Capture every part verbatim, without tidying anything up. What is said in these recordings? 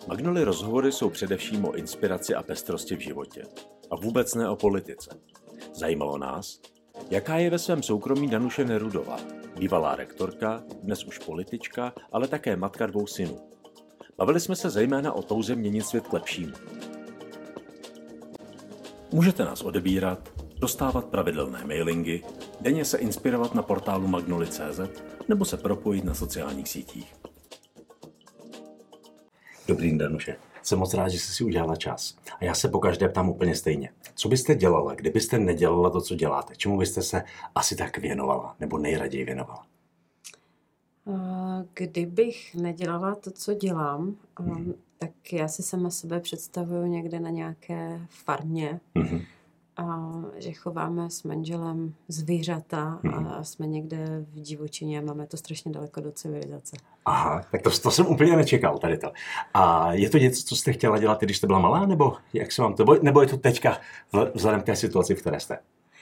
Magnoly rozhovory jsou především o inspiraci a pestrosti v životě. A vůbec ne o politice. Zajímalo nás, jaká je ve svém soukromí Danuše Nerudová, bývalá rektorka, dnes už politička, ale také matka dvou synů. Bavili jsme se zejména o touze měnit svět k lepšímu. Můžete nás odebírat, dostávat pravidelné mailingy, denně se inspirovat na portálu magnoly tečka cé zet nebo se propojit na sociálních sítích. Dobrý den, Danuše. Jsem moc rád, že jsi si udělala čas. A já se pokaždé ptám úplně stejně. Co byste dělala, kdybyste nedělala to, co děláte? Čemu byste se asi tak věnovala, nebo nejraději věnovala? Kdybych nedělala to, co dělám, Hmm. tak já si sama sebe představuju někde na nějaké farmě, Hmm. a že chováme s manželem zvířata Hmm. a jsme někde v divočině a máme to strašně daleko do civilizace. Aha, tak to, to jsem úplně nečekal tady to. A je to něco, co jste chtěla dělat, když jste byla malá, nebo jak se vám to, nebo je to teďka vzhledem k té situaci, v které jste?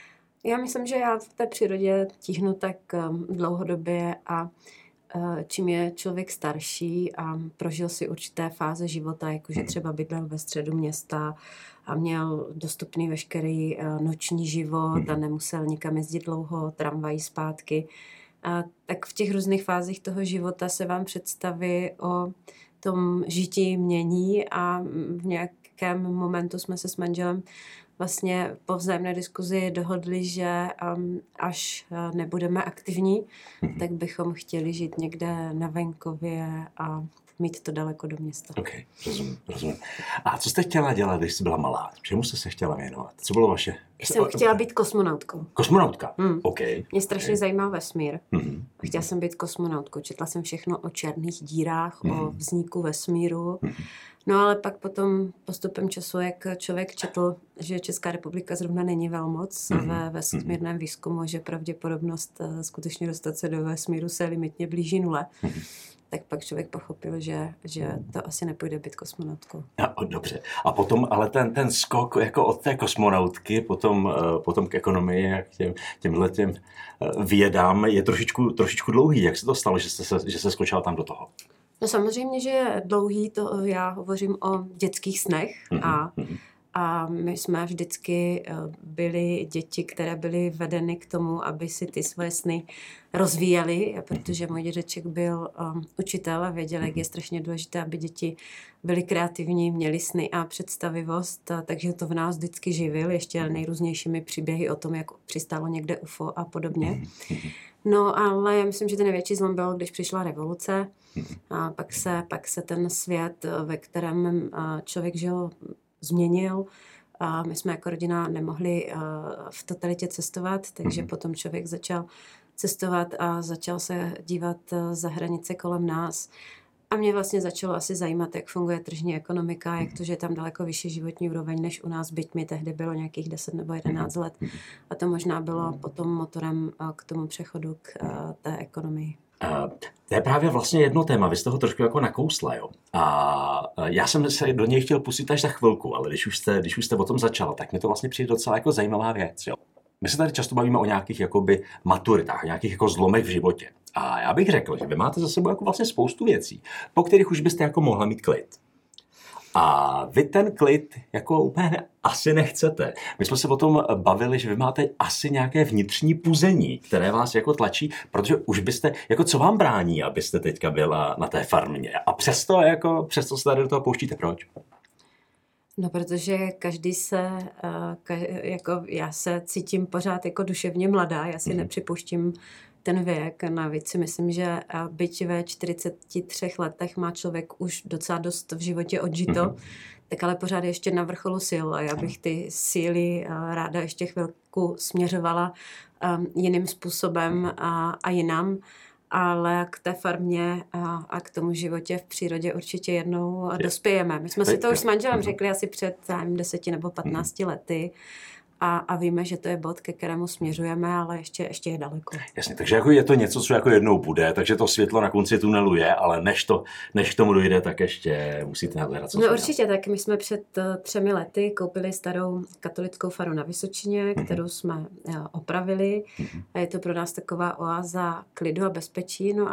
Já myslím, že já v té přírodě tíhnu tak um, dlouhodobě a uh, čím je člověk starší a prožil si určité fáze života, jakože Hmm. třeba bydlel ve středu města a měl dostupný veškerý uh, noční život Hmm. a nemusel nikam jezdit dlouho, tramvají zpátky, a tak v těch různých fázích toho života se vám představí o tom žití mění a v nějakém momentu jsme se s manželem vlastně po vzájemné diskuzi dohodli, že um, až uh, nebudeme aktivní, Hmm. tak bychom chtěli žít někde na venkově a mít to daleko do města. OK, rozumím, rozumím. A co jste chtěla dělat, když jste byla malá? Čemu jste se chtěla věnovat? Co bylo vaše? Jsem chtěla být kosmonautkou. Kosmonautka? Hmm. OK. Mě strašně OK. zajímal vesmír. Hmm. A chtěla jsem být kosmonautkou. Četla jsem všechno o černých dírách, Mhm. o vzniku vesmíru. Hmm. No ale pak potom postupem času, jak člověk četl, že Česká republika zrovna není velmoc Mhm. ve vesmírném výzkumu, že pravděpodobnost eh, skutečně dostat se do vesmíru se limitně blíží nule, Mhm. tak pak člověk pochopil, že, že to asi nepůjde být kosmonautkou. A, o, dobře. A potom, ale ten, ten skok jako od té kosmonautky, potom, uh, potom k ekonomii a k těm, těmhle těm uh, vědám je trošičku, trošičku dlouhý. Jak se to stalo, že jste se, že se skočila tam do toho? No samozřejmě, že je dlouhý, to já hovořím o dětských snech a Mhm. A my jsme vždycky eh, byli děti, které byly vedeny k tomu, aby si ty svoje sny rozvíjely, protože můj dědeček byl um, učitel a věděl, jak je strašně důležité, aby děti byly kreativní, měly sny a představivost, a takže to v nás vždycky živil, ještě nejrůznějšími příběhy o tom, jak přistálo někde U F O a podobně. No ale já myslím, že ten největší zlom byl, když přišla revoluce a pak se, pak se ten svět, ve kterém eh, člověk žil, změnil. A my jsme jako rodina nemohli uh, v totalitě cestovat, takže Mhm. potom člověk začal cestovat a začal se dívat uh, za hranice kolem nás. A mě vlastně začalo asi zajímat, jak funguje tržní ekonomika, jak to, že je tam daleko vyšší životní úroveň než u nás, byť mi tehdy bylo nějakých deset nebo jedenáct let. A to možná bylo potom motorem uh, k tomu přechodu k uh, té ekonomii. Uh, to je právě vlastně jedno téma, vy jste ho trošku jako nakousla, jo. A uh, já jsem se do něj chtěl pustit až za chvilku, ale když už jste, když už jste o tom začala, tak mi to vlastně přijde docela jako zajímavá věc, jo. My se tady často bavíme o nějakých jakoby maturitách, nějakých jako zlomech v životě. A já bych řekl, že vy máte za sebou jako vlastně spoustu věcí, po kterých už byste jako mohla mít klid. A vy ten klid jako úplně asi nechcete. My jsme se o tom bavili, že vy máte asi nějaké vnitřní puzení, které vás jako tlačí, protože už byste, jako co vám brání, abyste teďka byla na té farmě. A přesto, jako, přesto se tady do toho pouštíte. Proč? No, protože každý se, uh, ka- jako já se cítím pořád jako duševně mladá, já si Mhm. nepřipuštím ten věk. Navíc si myslím, že uh, byť ve čtyřiceti třech letech má člověk už docela dost v životě odžito, Mhm. tak ale pořád ještě na vrcholu sil a já bych ty síly uh, ráda ještě chvilku směřovala um, jiným způsobem a, a jinam. Ale k té farmě a, a k tomu životě v přírodě určitě jednou dospějeme. My jsme si to už s manželem řekli asi před nevím, deseti nebo patnácti lety a, a víme, že to je bod, ke kterému směřujeme, ale ještě, ještě je daleko. Jasně, takže jako je to něco, co jako jednou bude, takže to světlo na konci tunelu je, ale než, to, než k tomu dojde, tak ještě musíte nahledat, co No se určitě, tak my jsme před uh, třemi lety koupili starou katolickou faru na Vysočině, kterou jsme uh, opravili a je to pro nás taková oáza klidu a bezpečí, no a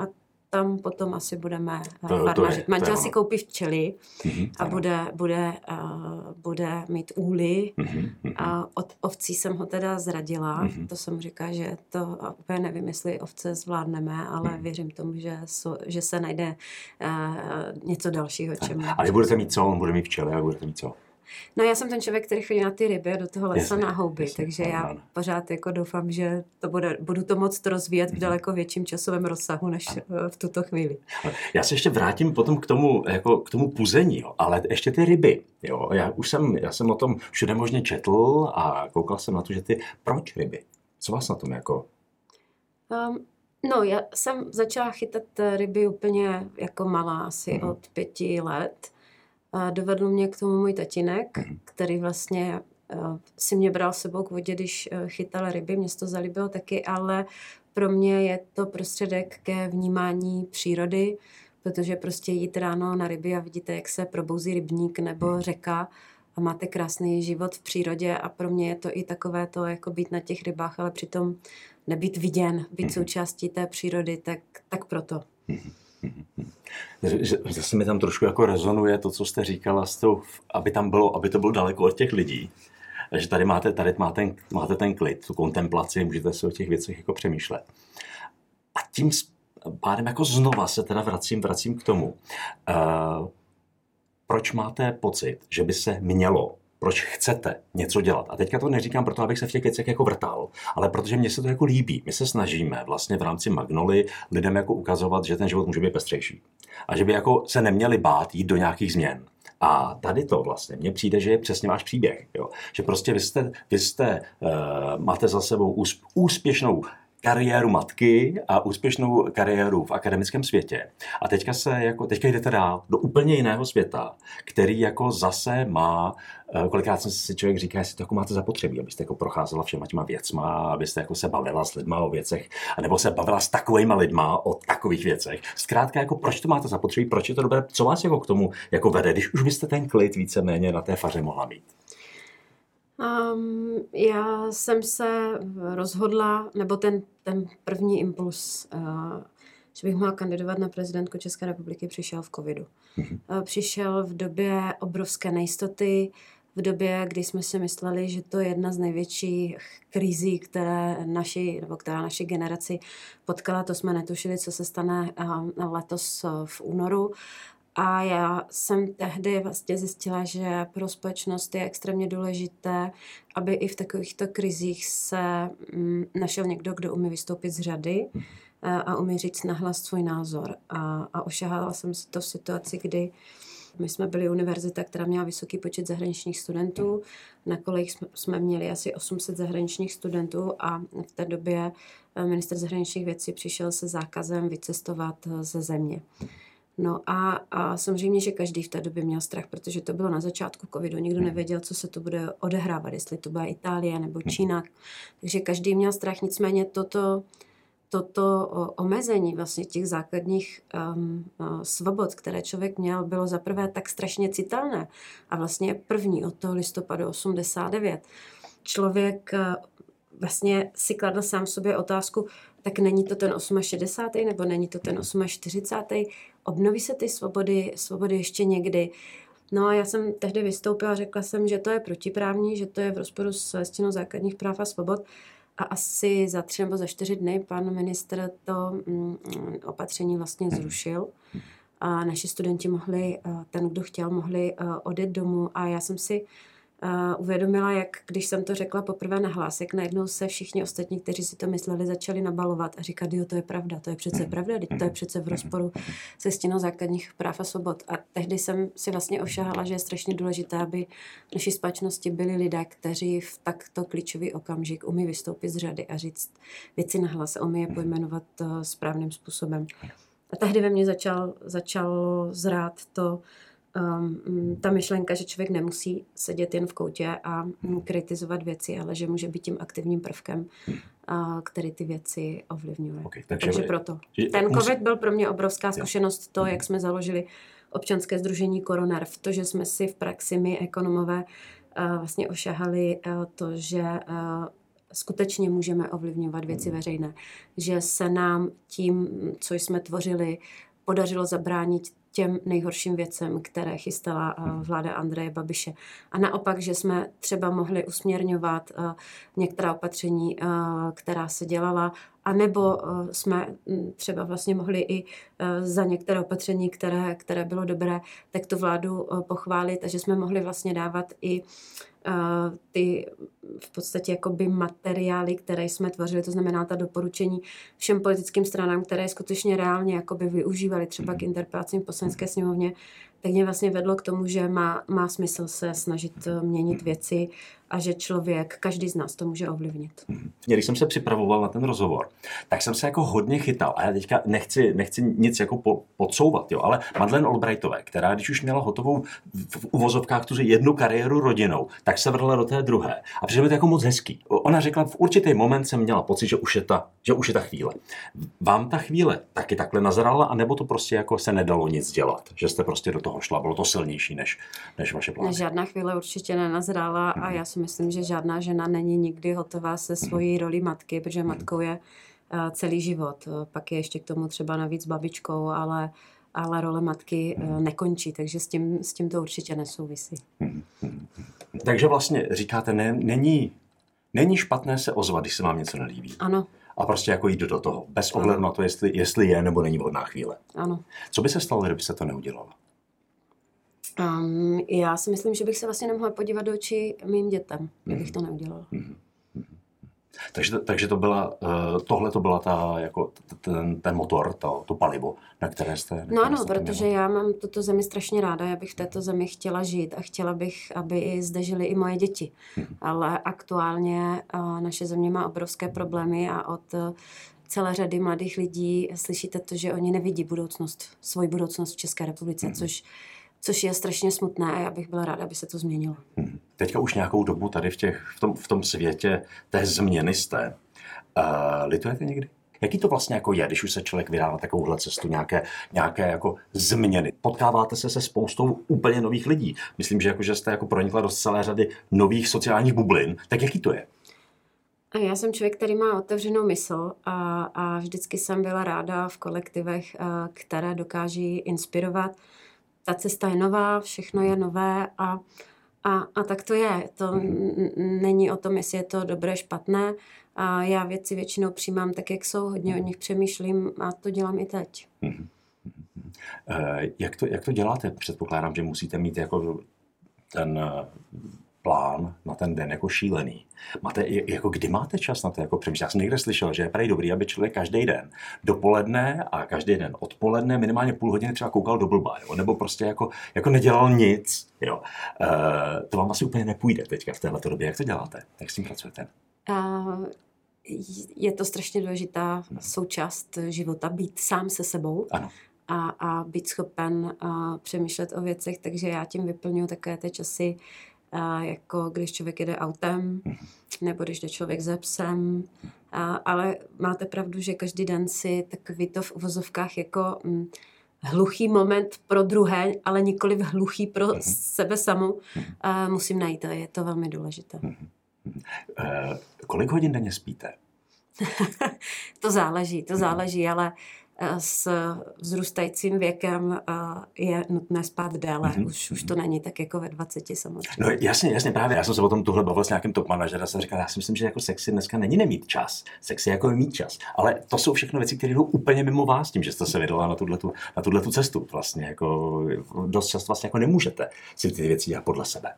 tam potom asi budeme To- to farmařit. je- to Manžel je si ono. koupí včely Mhm, a ano. bude, bude, uh, bude mít úly. Mhm, mhm. A od ovcí jsem ho teda zradila. Mhm. To jsem říká, že to a úplně nevím, jestli ovce zvládneme, ale Mhm. věřím tomu, že, so, že se najde uh, něco dalšího, čemu. A vy budete mít co? On bude mít včely a budete mít co? No já jsem ten člověk, který chodí na ty ryby a do toho lesa Jasně, na houby, jasně, takže ano, já ano. pořád jako doufám, že to bude, budu to moct rozvíjet v Mhm. daleko větším časovém rozsahu než eh, v tuto chvíli. Já se ještě vrátím potom k tomu, jako k tomu puzení, jo. Ale ještě ty ryby. Jo. Já už jsem, já jsem o tom všude možně četl a koukal jsem na to, že ty, proč ryby? Co vás na tom jako... Um, no, já jsem začala chytat eh, ryby úplně jako malá, asi Mhm. od pěti let. A dovedl mě k tomu můj tatínek, Mhm. který vlastně eh, si mě bral sebou k vodě, když eh, chytal ryby. Mně se to zalíbilo taky, ale pro mě je to prostředek ke vnímání přírody, protože prostě jít ráno na ryby a vidíte, jak se probouzí rybník nebo řeka a máte krásný život v přírodě a pro mě je to i takové to, jako být na těch rybách, ale přitom nebýt viděn, být součástí té přírody, tak, tak proto. Že- že- Zase mi tam trošku jako rezonuje to, co jste říkala, s tou, aby tam bylo, aby to bylo daleko od těch lidí. Že tady máte, tady máte, ten, máte ten klid, tu kontemplaci, můžete si o těch věcech jako přemýšlet. A tím s- pádem jako znova se teda vracím, vracím k tomu. Uh, proč máte pocit, že by se mělo, proč chcete něco dělat? A teďka to neříkám proto, abych se v těch věcech jako vrtal, ale protože mně se to jako líbí. My se snažíme vlastně v rámci Magnoly lidem jako ukazovat, že ten život může být pestřejší. A že by jako se neměli bát jít do nějakých změn. A tady to vlastně, mně přijde, že je přesně váš příběh. Jo? Že prostě vy jste, vy jste uh, máte za sebou úsp- úspěšnou kariéru matky a úspěšnou kariéru v akademickém světě. A teďka se jako, teďka jdete dál do úplně jiného světa, který jako zase má, eh, kolikrát jsem si člověk říká, jestli to jako máte zapotřebí, abyste jako procházela všema těma věcma, abyste jako se bavila s lidma o věcech, anebo se bavila s takovýma lidma o takových věcech. Zkrátka jako proč to máte zapotřebí, proč je to dobré, co vás jako k tomu jako vede, když už byste ten klid víceméně na té faře mohla mít. Um, já jsem se rozhodla, nebo ten, ten první impuls, uh, že bych mohla kandidovat na prezidentku České republiky, přišel v covidu. Uh, přišel v době obrovské nejistoty, v době, kdy jsme si mysleli, že to je jedna z největších krizí, které naši, nebo která naši generaci potkala. To jsme netušili, co se stane uh, letos uh, v únoru. A já jsem tehdy vlastně zjistila, že pro společnost je extrémně důležité, aby i v takovýchto krizích se mm, našel někdo, kdo umí vystoupit z řady a, a umí říct nahlas svůj názor. A, a ošahala jsem si to v situaci, kdy my jsme byli univerzita, která měla vysoký počet zahraničních studentů. Na kolejích jsme, jsme měli asi osm set zahraničních studentů a v té době ministr zahraničních věcí přišel se zákazem vycestovat ze země. No a, a samozřejmě, že každý v té době měl strach, protože to bylo na začátku covidu, nikdo nevěděl, co se to bude odehrávat, jestli to bude Itálie nebo Čína, takže každý měl strach, nicméně toto, toto omezení vlastně těch základních um, svobod, které člověk měl, bylo zaprvé tak strašně citelné a vlastně první od toho listopadu osmdesát devět. Člověk vlastně si kladl sám sobě otázku, tak není to ten šedesátý osmý nebo není to ten čtyřicátý osmý Obnoví se ty svobody, svobody ještě někdy. No a já jsem tehdy vystoupila, řekla jsem, že to je protiprávní, že to je v rozporu s listinou základních práv a svobod. A asi za tři nebo za čtyři dny pan ministr to mm, opatření vlastně zrušil. A naši studenti mohli, ten, kdo chtěl, mohli odjet domů. A já jsem si Uh, uvědomila, jak když jsem to řekla poprvé nahlas, jak najednou se všichni ostatní, kteří si to mysleli, začali nabalovat a říkat, jo, to je pravda, to je přece pravda, to je přece v rozporu se listinou základních práv a svobod. A tehdy jsem si vlastně ošahala, že je strašně důležité, aby v naší společnosti byli lidé, kteří v takto klíčový okamžik umí vystoupit z řady a říct věci nahlas a umí je pojmenovat uh, správným způsobem. A tehdy ve mně začal, začalo zrát to, Um, ta myšlenka, že člověk nemusí sedět jen v koutě a um, kritizovat věci, ale že může být tím aktivním prvkem, uh, který ty věci ovlivňuje. Okay, takže, takže proto. Ten covid byl pro mě obrovská zkušenost, to, jak jsme založili občanské sdružení Koronerv, to, že jsme si v praxi my, ekonomové, uh, vlastně ošahali uh, to, že uh, skutečně můžeme ovlivňovat věci veřejné. Že se nám tím, co jsme tvořili, podařilo zabránit těm nejhorším věcem, které chystala vláda Andreje Babiše. A naopak, že jsme třeba mohli usměrňovat některá opatření, která se dělala, anebo jsme třeba vlastně mohli i za některé opatření, které, které bylo dobré, tak tu vládu pochválit a že jsme mohli vlastně dávat i ty v podstatě jakoby materiály, které jsme tvořili, to znamená ta doporučení všem politickým stranám, které skutečně reálně jakoby využívali třeba k interpelacím v Poslanecké sněmovně, tak mě vlastně vedlo k tomu, že má, má smysl se snažit měnit věci a že člověk, každý z nás to může ovlivnit. Když jsem se připravoval na ten rozhovor, tak jsem se jako hodně chytal. A já teďka nechci, nechci nic jako po, podsouvat, jo, ale Madeleine Albrightové, která když už měla hotovou v uvozovkách tu jednu kariéru rodinou, tak se vrhla do té druhé. A přijde mi to jako moc hezký. Ona řekla, v určitý moment jsem měla pocit, že už je ta, že už je ta chvíle. Vám ta chvíle taky takhle nazrala, anebo to prostě jako se nedalo nic dělat? Že jste prostě do toho šla, bylo to silnější než, než vaše plány? Žádná chvíle určitě nenazrála a já si myslím, že žádná žena není nikdy hotová se svojí roli matky, protože matkou je celý život. Pak je ještě k tomu třeba navíc babičkou, ale, ale role matky nekončí, takže s tím, s tím to určitě nesouvisí. Takže vlastně říkáte, ne, není, není špatné se ozvat, když se vám něco nelíbí. Ano. A prostě jako jít do toho, bez ohledu na to, jestli, jestli je nebo není vhodná chvíle. Ano. Co by se stalo, kdyby se to neudělalo? Um, já si myslím, že bych se vlastně nemohla podívat do očí mým dětem, kdybych to neudělala. Mm. Takže, takže to byla, tohle to byla ta, jako ten, ten motor, to, to palivo, na které jste... Na které no ano, jste protože já mám tuto zemi strašně ráda, já bych v této zemi chtěla žít a chtěla bych, aby i zde žili i moje děti. Hmm. Ale aktuálně naše země má obrovské problémy a od celé řady mladých lidí slyšíte to, že oni nevidí budoucnost, svoji budoucnost v České republice, hmm. což Což je strašně smutné a já bych byla ráda, aby se to změnilo. Hmm. Teďka už nějakou dobu tady v, těch, v, tom, v tom světě té změny jste. Uh, litujete někdy? Jaký to vlastně jako je, když už se člověk vydá na takovouhle cestu, nějaké, nějaké jako změny? Potkáváte se se spoustou úplně nových lidí. Myslím, že, jako, že jste jako pronikla do celé řady nových sociálních bublin. Tak jaký to je? A já jsem člověk, který má otevřenou mysl a, a vždycky jsem byla ráda v kolektivech, které dokáží inspirovat. Ta cesta je nová, všechno je nové a, a, a tak to je. To n- není o tom, jestli je to dobré, špatné. A já věci většinou přijímám tak, jak jsou, hodně o nich přemýšlím a to dělám i teď. Mm-hmm. Jak to, jak to děláte? Předpokládám, že musíte mít jako ten plán na ten den jako šílený. Máte, jako kdy máte čas na to jako přemýšlet? Já jsem někde slyšel, že je prej dobrý, aby člověk každý den dopoledne a každý den odpoledne minimálně půl hodiny třeba koukal do blba, jo? Nebo prostě jako, jako nedělal nic. Jo? E, to vám asi úplně nepůjde teďka v této době. Jak to děláte? Jak s tím pracujete? Uh, je to strašně důležitá součást života, být sám se sebou. Ano. A, a být schopen a přemýšlet o věcech, takže já tím vyplňuji také ty časy, a jako když člověk jede autem, nebo když jde člověk ze psem. A, ale máte pravdu, že každý den si takový to v uvozovkách jako hm, hluchý moment pro druhé, ale nikoliv hluchý pro mm-hmm. sebe samou a musím najít. A je to velmi důležité. Mm-hmm. E, kolik hodin denně spíte? To záleží, to záleží, ale s vzrůstajícím věkem je nutné spát déle. Mm-hmm. Už, už to není tak jako ve dvaceti samozřejmě. No jasně, jasně, právě. Já jsem se o tom tuhle bavil s nějakým top manažerem a jsem říkal, já si myslím, že jako sexy dneska není nemít čas. Sexy jako je mít čas. Ale to jsou všechno věci, které jdou úplně mimo vás, tím, že jste se vydala na tuhletu, na tuhletu cestu. Vlastně jako dost často vlastně jako nemůžete si ty věci dělat podle sebe.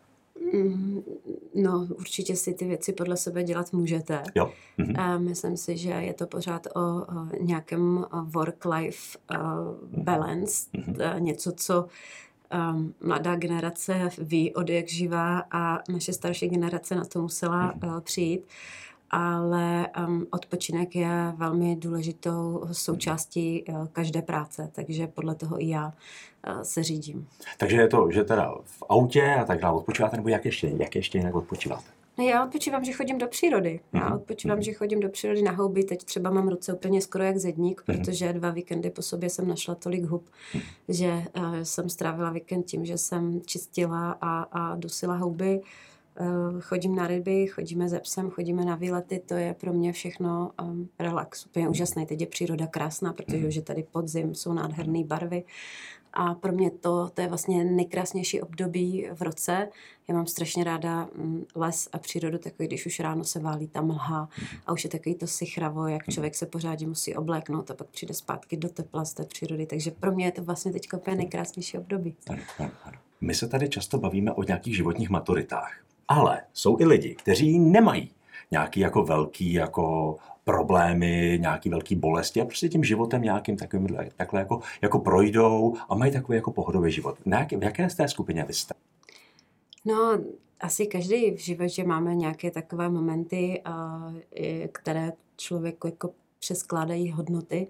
No, určitě si ty věci podle sebe dělat můžete. Jo. Mhm. A myslím si, že je to pořád o, o nějakém work-life uh, balance. Mhm. Něco, co um, mladá generace ví od jak živá a naše starší generace na to musela mhm. uh, přijít. Ale um, odpočinek je velmi důležitou součástí uh, každé práce, takže podle toho i já uh, se řídím. Takže je to, že teda v autě a tak dále odpočíváte, nebo jak ještě, jak ještě jinak odpočíváte? No já odpočívám, že chodím do přírody. Já mm-hmm. odpočívám, mm-hmm. že chodím do přírody na houby. Teď třeba mám ruce úplně skoro jak zedník, mm-hmm. protože dva víkendy po sobě jsem našla tolik hub, mm-hmm. že uh, jsem strávila víkend tím, že jsem čistila a, a dusila houby. Chodím na ryby, chodíme se psem, chodíme na výlety, to je pro mě všechno um, relax, úplně úžasné. Teď je příroda krásná, protože už je tady podzim, jsou nádherné barvy a pro mě to, to je vlastně nejkrásnější období v roce. Já mám strašně ráda um, les a přírodu, takový, když už ráno se válí ta mlha a už je takový to sichravo, jak člověk se pořádně musí obléknout a pak přijde zpátky do tepla z té přírody, takže pro mě je to vlastně teď úplně nejkrásnější období. Ano, ano, ano. My se tady často bavíme o nějakých životních maturitách. Ale jsou i lidi, kteří nemají nějaký jako velký jako problémy, nějaký velký bolesti a prostě tím životem nějakým takovým takhle jako, jako projdou a mají takový jako pohodový život. Na v jaké z té skupině vy jste? No, asi každý v životě máme nějaké takové momenty, které člověku jako přeskládají hodnoty.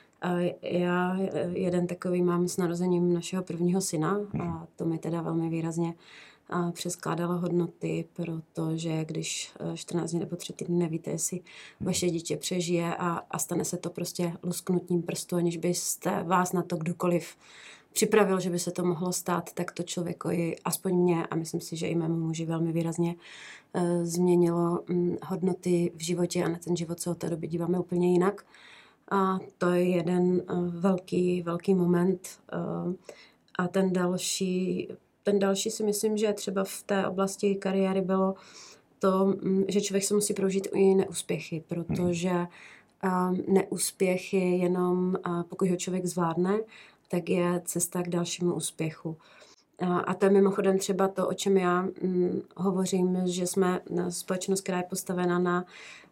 Já jeden takový mám s narozením našeho prvního syna a to mi teda velmi výrazně a přeskládala hodnoty, protože když čtrnáct dní nebo tři týdny nevíte, jestli vaše dítě přežije a, a stane se to prostě lusknutím prstu, aniž byste vás na to kdokoliv připravil, že by se to mohlo stát, tak to člověkovi, aspoň mě a myslím si, že i mému muži velmi výrazně e, změnilo m, hodnoty v životě a na ten život se od té doby díváme úplně jinak. A to je jeden e, velký, velký moment e, a ten další Ten další si myslím, že třeba v té oblasti kariéry bylo to, že člověk se musí prožít i neúspěchy, protože neúspěch je jenom, pokud ho člověk zvládne, tak je cesta k dalšímu úspěchu. A to je mimochodem třeba to, o čem já hovořím, že jsme společnost, která je postavena na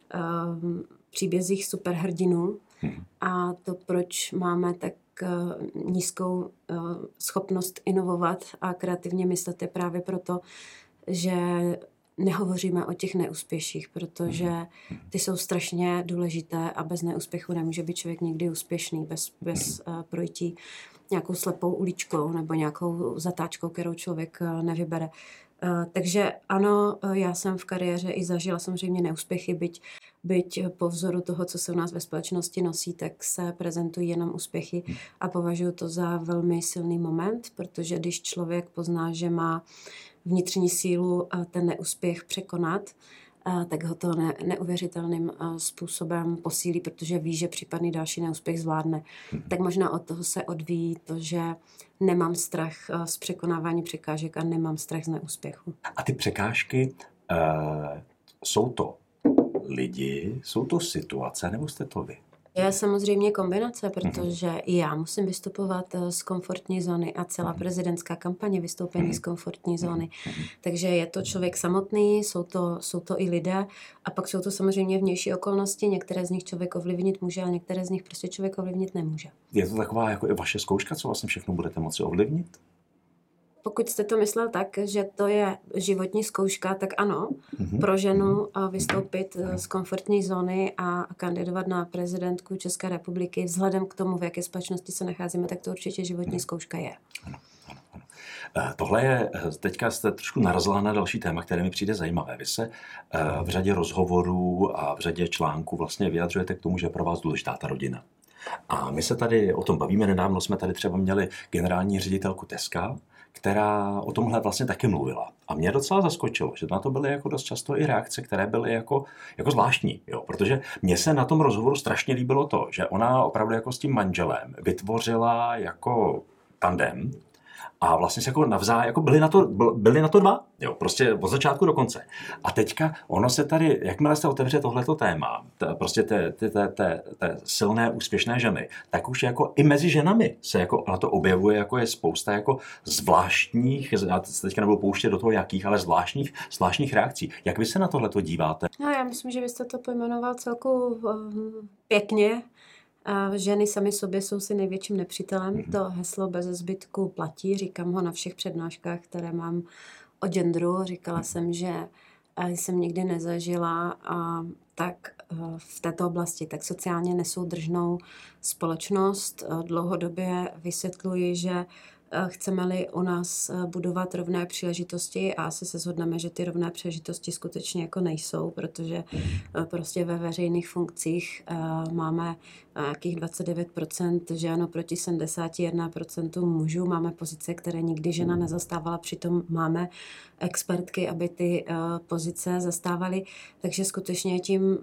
příbězích superhrdinů a to, proč máme tak nízkou schopnost inovovat a kreativně myslet je právě proto, že nehovoříme o těch neúspěších, protože ty jsou strašně důležité a bez neúspěchu nemůže být člověk nikdy úspěšný, bez, bez projití nějakou slepou uličkou nebo nějakou zatáčkou, kterou člověk nevybere. Takže ano, já jsem v kariéře i zažila samozřejmě neúspěchy, byť Byť po vzoru toho, co se u nás ve společnosti nosí, tak se prezentují jenom úspěchy a považuji to za velmi silný moment, protože když člověk pozná, že má vnitřní sílu ten neúspěch překonat, tak ho to ne, neuvěřitelným způsobem posílí, protože ví, že případný další neúspěch zvládne. Tak možná od toho se odvíjí to, že nemám strach z překonávání překážek a nemám strach z neúspěchu. A ty překážky, uh, jsou to lidi, jsou to situace, nebo jste to vy? Je samozřejmě kombinace, protože mm-hmm. i já musím vystupovat z komfortní zóny a celá prezidentská kampaně vystoupení mm-hmm. z komfortní zóny. Mm-hmm. Takže je to člověk samotný, jsou to, jsou to i lidé a pak jsou to samozřejmě vnější okolnosti, některé z nich člověk ovlivnit může, ale některé z nich prostě člověk ovlivnit nemůže. Je to taková jako i vaše zkouška, co vlastně všechno budete moci ovlivnit? Pokud jste to myslel tak, že to je životní zkouška, tak ano, mm-hmm. pro ženu vystoupit z komfortní zóny a kandidovat na prezidentku České republiky, vzhledem k tomu, v jaké společnosti se nacházíme, tak to určitě životní zkouška je. Ano, ano, ano. Tohle je, teďka jste trošku narazila na další téma, které mi přijde zajímavé. Vy se v řadě rozhovorů a v řadě článků vlastně vyjadřujete k tomu, že je pro vás důležitá ta rodina. A my se tady o tom bavíme, nedávno jsme tady třeba měli generální ředitelku Teska, která o tomhle vlastně taky mluvila. A mě docela zaskočilo, že na to byly jako dost často i reakce, které byly jako, jako zvláštní. Jo? Protože mně se na tom rozhovoru strašně líbilo to, že ona opravdu jako s tím manželem vytvořila jako tandem a vlastně se jako navzájem, jako byli na to, byli na to dva, jo, prostě od začátku do konce. A teďka ono se tady, jakmile se otevře tohleto téma, t, prostě té, té, té, té, té silné, úspěšné ženy, tak už jako i mezi ženami se jako na to objevuje, jako je spousta jako zvláštních, já se teďka nebudu pouštět do toho jakých, ale zvláštních, zvláštních reakcí. Jak vy se na tohleto díváte? No, já myslím, že byste to pojmenoval celku uh, pěkně. A ženy sami sobě jsou si největším nepřítelem. Mm-hmm. To heslo bez zbytku platí. Říkám ho na všech přednáškách, které mám o genderu. Říkala mm-hmm. jsem, že jsem nikdy nezažila a tak v této oblasti tak sociálně nesoudržnou společnost. Dlouhodobě vysvětluji, že chceme-li u nás budovat rovné příležitosti a asi se shodneme, že ty rovné příležitosti skutečně jako nejsou, protože prostě ve veřejných funkcích máme nějakých dvacet devět procent žen proti sedmdesát jedna procent mužů, máme pozice, které nikdy žena nezastávala, přitom máme expertky, aby ty pozice zastávaly, takže skutečně tím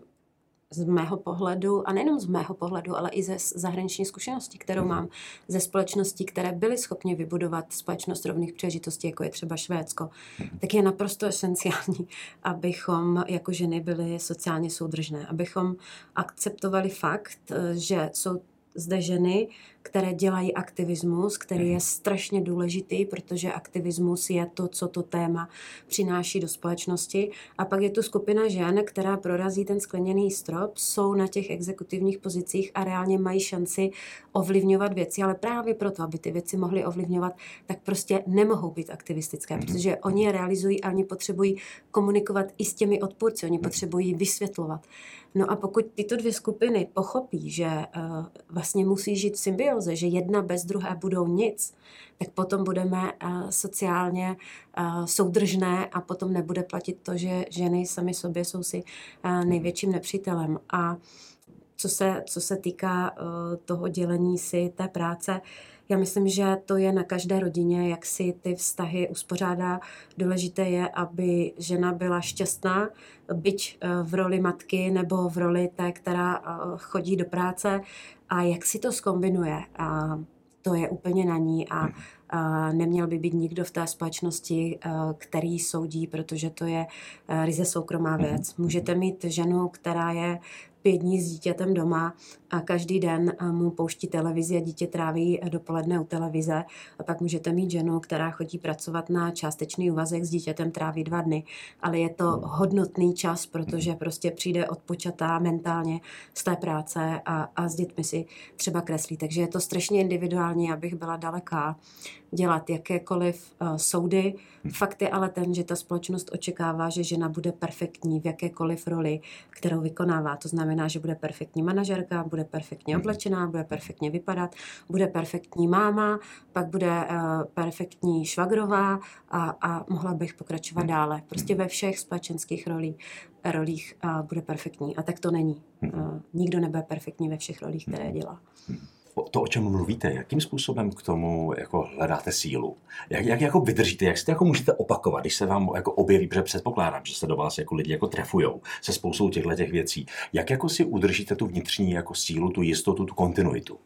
z mého pohledu, a nejenom z mého pohledu, ale i ze zahraniční zkušenosti, kterou mám ze společností, které byly schopny vybudovat společnost rovných příležitostí, jako je třeba Švédsko, tak je naprosto esenciální, abychom jako ženy byly sociálně soudržné, abychom akceptovali fakt, že jsou zde ženy, které dělají aktivismus, který je strašně důležitý, protože aktivismus je to, co to téma přináší do společnosti. A pak je tu skupina žen, která prorazí ten skleněný strop, jsou na těch exekutivních pozicích a reálně mají šanci ovlivňovat věci, ale právě proto, aby ty věci mohly ovlivňovat, tak prostě nemohou být aktivistické, protože oni je realizují a oni potřebují komunikovat i s těmi odpůrci, oni potřebují vysvětlovat. No a pokud tyto dvě skupiny pochopí, že uh, vlastně musí žít v symbioze, že jedna bez druhé budou nic, tak potom budeme uh, sociálně uh, soudržné a potom nebude platit to, že ženy sami sobě jsou si uh, největším nepřítelem. A co se, co se týká uh, toho dělení si té práce, já myslím, že to je na každé rodině, jak si ty vztahy uspořádá. Důležité je, aby žena byla šťastná, byť v roli matky nebo v roli té, která chodí do práce, a jak si to zkombinuje. A to je úplně na ní a, a neměl by být nikdo v té společnosti, který soudí, protože to je ryze soukromá věc. Můžete mít ženu, která je pět dní s dítětem doma a každý den mu pouští televizi a dítě tráví dopoledne u televize. A pak můžete mít ženu, která chodí pracovat na částečný úvazek, s dítětem tráví dva dny. Ale je to hodnotný čas, protože prostě přijde odpočatá mentálně z té práce a, a s dětmi si třeba kreslí. Takže je to strašně individuální, abych byla daleká dělat jakékoliv uh, soudy. Fakt je ale ten, že ta společnost očekává, že žena bude perfektní v jakékoliv roli, kterou vykonává. To znamená, že bude perfektní manažerka, bude perfektně oblečená, bude perfektně vypadat, bude perfektní máma, pak bude uh, perfektní švagrová a, a mohla bych pokračovat dále. Prostě ve všech společenských rolích, rolích uh, bude perfektní. A tak to není. Uh, nikdo nebude perfektní ve všech rolích, které dělá. To, o čem mluvíte, jakým způsobem k tomu jako hledáte sílu? Jak, jak jako vydržíte, jak si to jako můžete opakovat, když se vám jako objeví, protože předpokládám, že se do vás jako lidi jako trefujou se spoustou těchto těch věcí. Jak jako si udržíte tu vnitřní jako sílu, tu jistotu, tu kontinuitu?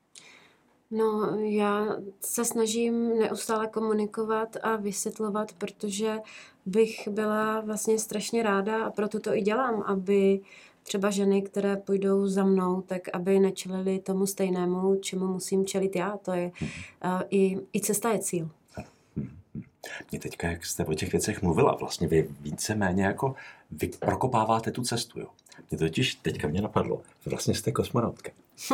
No, já se snažím neustále komunikovat a vysvětlovat, protože bych byla vlastně strašně ráda a proto to i dělám, aby třeba ženy, které půjdou za mnou, tak aby nečelili tomu stejnému, čemu musím čelit já. To je uh, i, i cesta je cíl. Mě teďka, jak jste o těch věcech mluvila, vlastně vy víceméně jako vy prokopáváte tu cestu, jo. Mě totiž teďka mě napadlo, vlastně jste kosmonautka.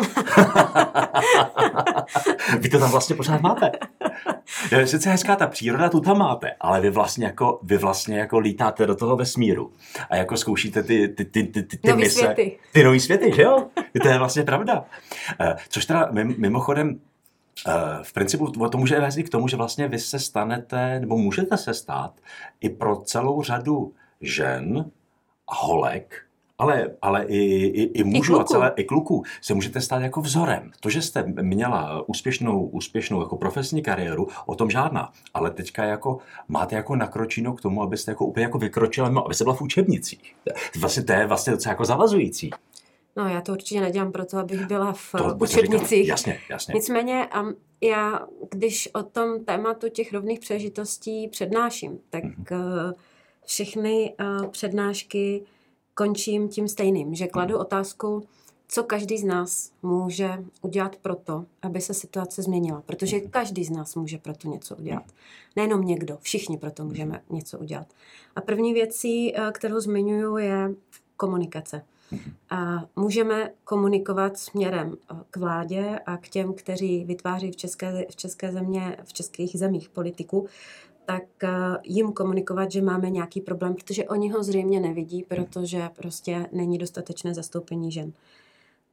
Vy to tam vlastně pořád máte. Je sice hezká ta příroda, tu tam máte, ale vy vlastně jako, vy vlastně jako lítáte do toho vesmíru a jako zkoušíte ty, ty, ty, ty, ty, ty nový mise. Světy. Ty nový světy, že jo? To je vlastně pravda. Což teda mimochodem v principu to může vést i k tomu, že vlastně vy se stanete, nebo můžete se stát i pro celou řadu žen a holek, ale, ale i, i, i mužů I a celé i kluků se můžete stát jako vzorem. To, že jste měla úspěšnou, úspěšnou jako profesní kariéru, o tom žádná. Ale teďka jako máte jako nakročeno k tomu, abyste jako úplně jako vykročila, no, abyste byla v učebnicích. Vlastně to je vlastně docela jako zavazující. No, já to určitě nedělám proto, abych byla v to, učebnicích. Jasně, jasně. Nicméně um, já, když o tom tématu těch rovných příležitostí přednáším, tak mm-hmm. uh, všechny uh, přednášky končím tím stejným, že kladu otázku, co každý z nás může udělat proto, aby se situace změnila. Protože každý z nás může proto něco udělat. Nejenom někdo, všichni proto můžeme něco udělat. A první věcí, kterou zmiňuji, je komunikace. A můžeme komunikovat směrem k vládě a k těm, kteří vytváří v české, v české země, v českých zemích politiku, tak jim komunikovat, že máme nějaký problém, protože oni ho zřejmě nevidí, protože prostě není dostatečné zastoupení žen.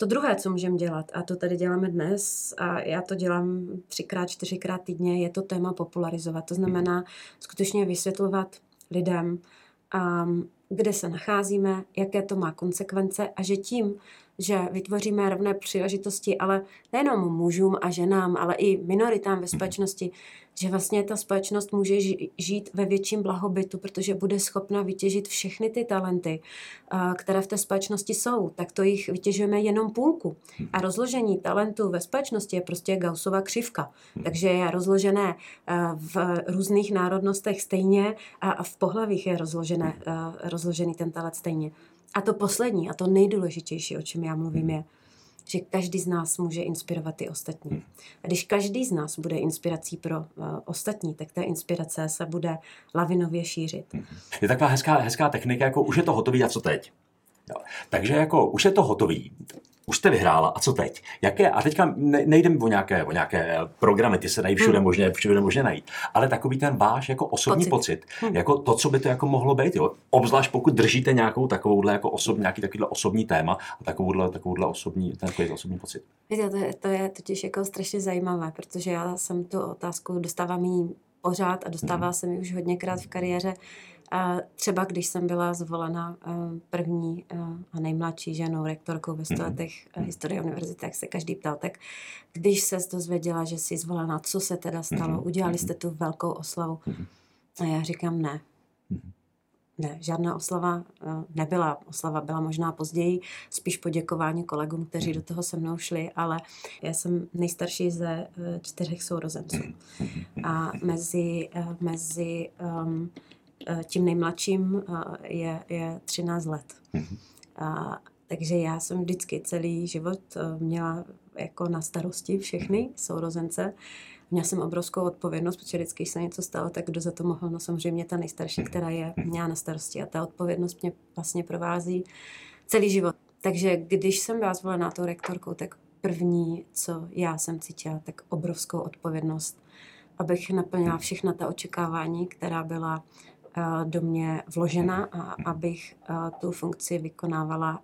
to druhé, co můžeme dělat, a to tady děláme dnes, a já to dělám třikrát, čtyřikrát týdně, je to téma popularizovat. To znamená skutečně vysvětlovat lidem, um, kde se nacházíme, jaké to má konsekvence a že tím, že vytvoříme rovné příležitosti, ale nejenom mužům a ženám, ale i minoritám ve společnosti, že vlastně ta společnost může žít ve větším blahobytu, protože bude schopna vytěžit všechny ty talenty, které v té společnosti jsou. Tak to jich vytěžujeme jenom půlku. A rozložení talentů ve společnosti je prostě Gaussova křivka. Takže je rozložené v různých národnostech stejně a v pohlavích je rozložené, rozložený ten talent stejně. A to poslední a to nejdůležitější, o čem já mluvím, je, že každý z nás může inspirovat i ostatní. A když každý z nás bude inspirací pro uh, ostatní, tak ta inspirace se bude lavinově šířit. Je taková hezká, hezká technika, jako už je to hotový a co teď? Jo. Takže jako už je to hotový, už jste vyhrála a co teď? Jaké, a teďka ne, nejdem o nějaké, o nějaké programy, ty se dají všude hmm. možně, všude možně najít, ale takový ten váš jako osobní pocit, pocit hmm. jako to, co by to jako mohlo být, jo? Obzvlášť pokud držíte nějakou takovouhle jako osob, nějaký takovýhle osobní téma a takovouhle, takovouhle osobní, ten takový osobní pocit. Víte, to je, to je totiž jako strašně zajímavé, protože já jsem tu otázku dostávám jí pořád a dostává hmm. se mi už hodněkrát v kariéře. A třeba když jsem byla zvolena první a nejmladší ženou rektorkou ve sto letech historie univerzity, tak se každý ptal, tak když se dozvěděla, že jsi zvolena, co se teda stalo? Udělali jste tu velkou oslavu? A já říkám ne. Ne, žádná oslava nebyla. Oslava byla možná později, spíš poděkování kolegům, kteří do toho se mnou šli, ale já jsem nejstarší ze čtyřech sourozenců. A mezi, mezi um, tím nejmladším je, je třináct let. A, takže já jsem vždycky celý život měla jako na starosti všechny sourozence. Měla jsem obrovskou odpovědnost, protože vždycky, když se něco stalo, tak kdo za to mohl? No samozřejmě ta nejstarší, která je měla na starosti. A ta odpovědnost mě vlastně provází celý život. Takže když jsem byla zvolená tou rektorkou, tak první, co já jsem cítila, tak obrovskou odpovědnost, abych naplnila všechna ta očekávání, která byla do mě vložena a abych tu funkci vykonávala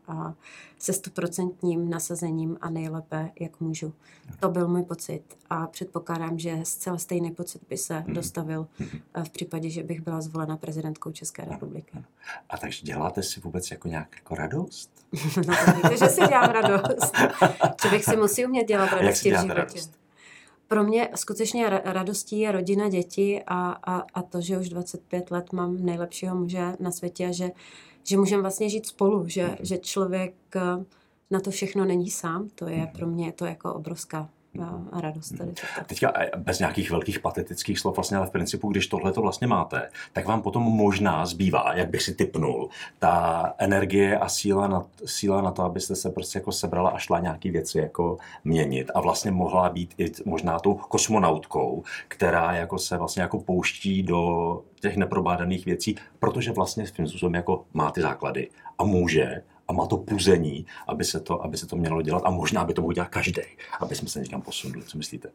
se stoprocentním nasazením a nejlépe, jak můžu. To byl můj pocit a předpokládám, že zcela stejný pocit by se dostavil v případě, že bych byla zvolena prezidentkou České republiky. A takže děláte si vůbec jako nějak jako radost? No to víte, že si dělám radost. Člověk si musí umět dělat radosti v životě. Radost? Pro mě skutečně radostí je rodina, děti a, a, a to, že už dvacet pět let mám nejlepšího muže na světě a že, že můžeme vlastně žít spolu, že, že člověk na to všechno není sám. To je pro mě to jako obrovská a radost. Tady Teďka bez nějakých velkých patetických slov, vlastně, ale v principu, když tohle to vlastně máte, tak vám potom možná zbývá, jak bych si tipnul, ta energie a síla na, síla na to, abyste se prostě jako sebrala a šla nějaký věci jako měnit a vlastně mohla být i možná tou kosmonautkou, která jako se vlastně jako pouští do těch neprobádaných věcí, protože vlastně v tím způsobem jako má ty základy a může a má to puzení, aby se to, aby se to mělo dělat a možná by to mohl dělat každý, aby jsme se někam posunuli. Co myslíte?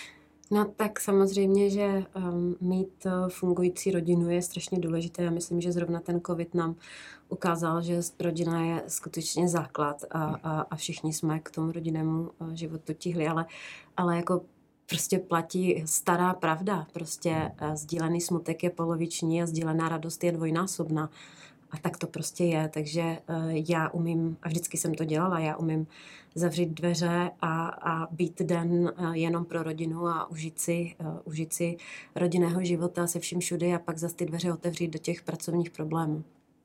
No tak samozřejmě, že um, mít uh, fungující rodinu je strašně důležité. Já myslím, že zrovna ten covid nám ukázal, že rodina je skutečně základ a, a, a všichni jsme k tomu rodinnému uh, životu tíhli, ale, ale jako prostě platí stará pravda. Prostě uh, sdílený smutek je poloviční a sdílená radost je dvojnásobná. A tak to prostě je, takže uh, já umím, a vždycky jsem to dělala, já umím zavřít dveře a, a být den uh, jenom pro rodinu a užít si, uh, užít si rodinného života se vším všudy a pak zase ty dveře otevřít do těch pracovních problémů.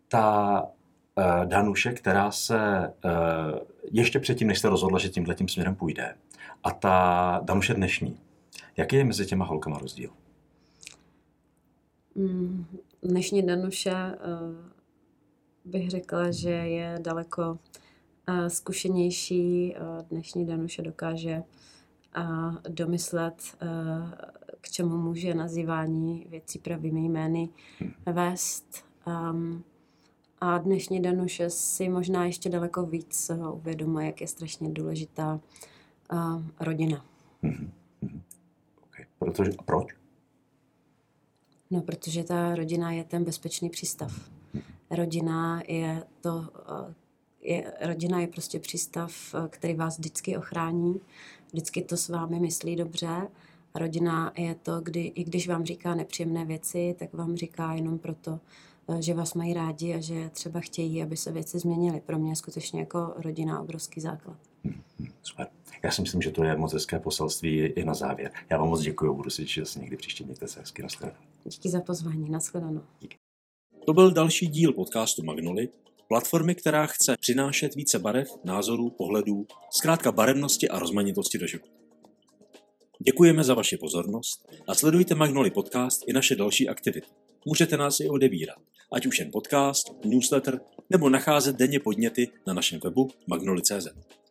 Ta uh, Danuše, která se uh, ještě předtím, než se rozhodla, že tímhletím směrem půjde, a ta Danuše dnešní, jaký je mezi těma holkama rozdíl? Mm, dnešní Danuše uh, bych řekla, že je daleko uh, zkušenější. Uh, dnešní Danuše dokáže uh, domyslet, uh, k čemu může nazývání věcí pravými jmény vést. Um, a dnešní Danuše si možná ještě daleko víc uh, uvědomuje, jak je strašně důležitá uh, rodina. Mm-hmm. Okay. Protože, a proč? No, protože ta rodina je ten bezpečný přístav. Rodina je to, je, rodina je prostě přístav, který vás vždycky ochrání, vždycky to s vámi myslí dobře. Rodina je to, kdy, i když vám říká nepříjemné věci, tak vám říká jenom proto, že vás mají rádi a že třeba chtějí, aby se věci změnily. Pro mě je skutečně jako rodina obrovský základ. Super. Já si myslím, že to je moc hezké poselství i na závěr. Já vám moc děkuji, budu si těšit, že se někdy příště mějte se hezky. Nashledanou. Díky za pozvání, nashledanou. Díky. To byl další díl podcastu Magnoly, platformy, která chce přinášet více barev, názorů, pohledů, zkrátka barevnosti a rozmanitosti do života. Děkujeme za vaši pozornost a sledujte Magnoly podcast i naše další aktivity. Můžete nás i odebírat, ať už jen podcast, newsletter, nebo nacházet denně podněty na našem webu magnoly tečka cé zet.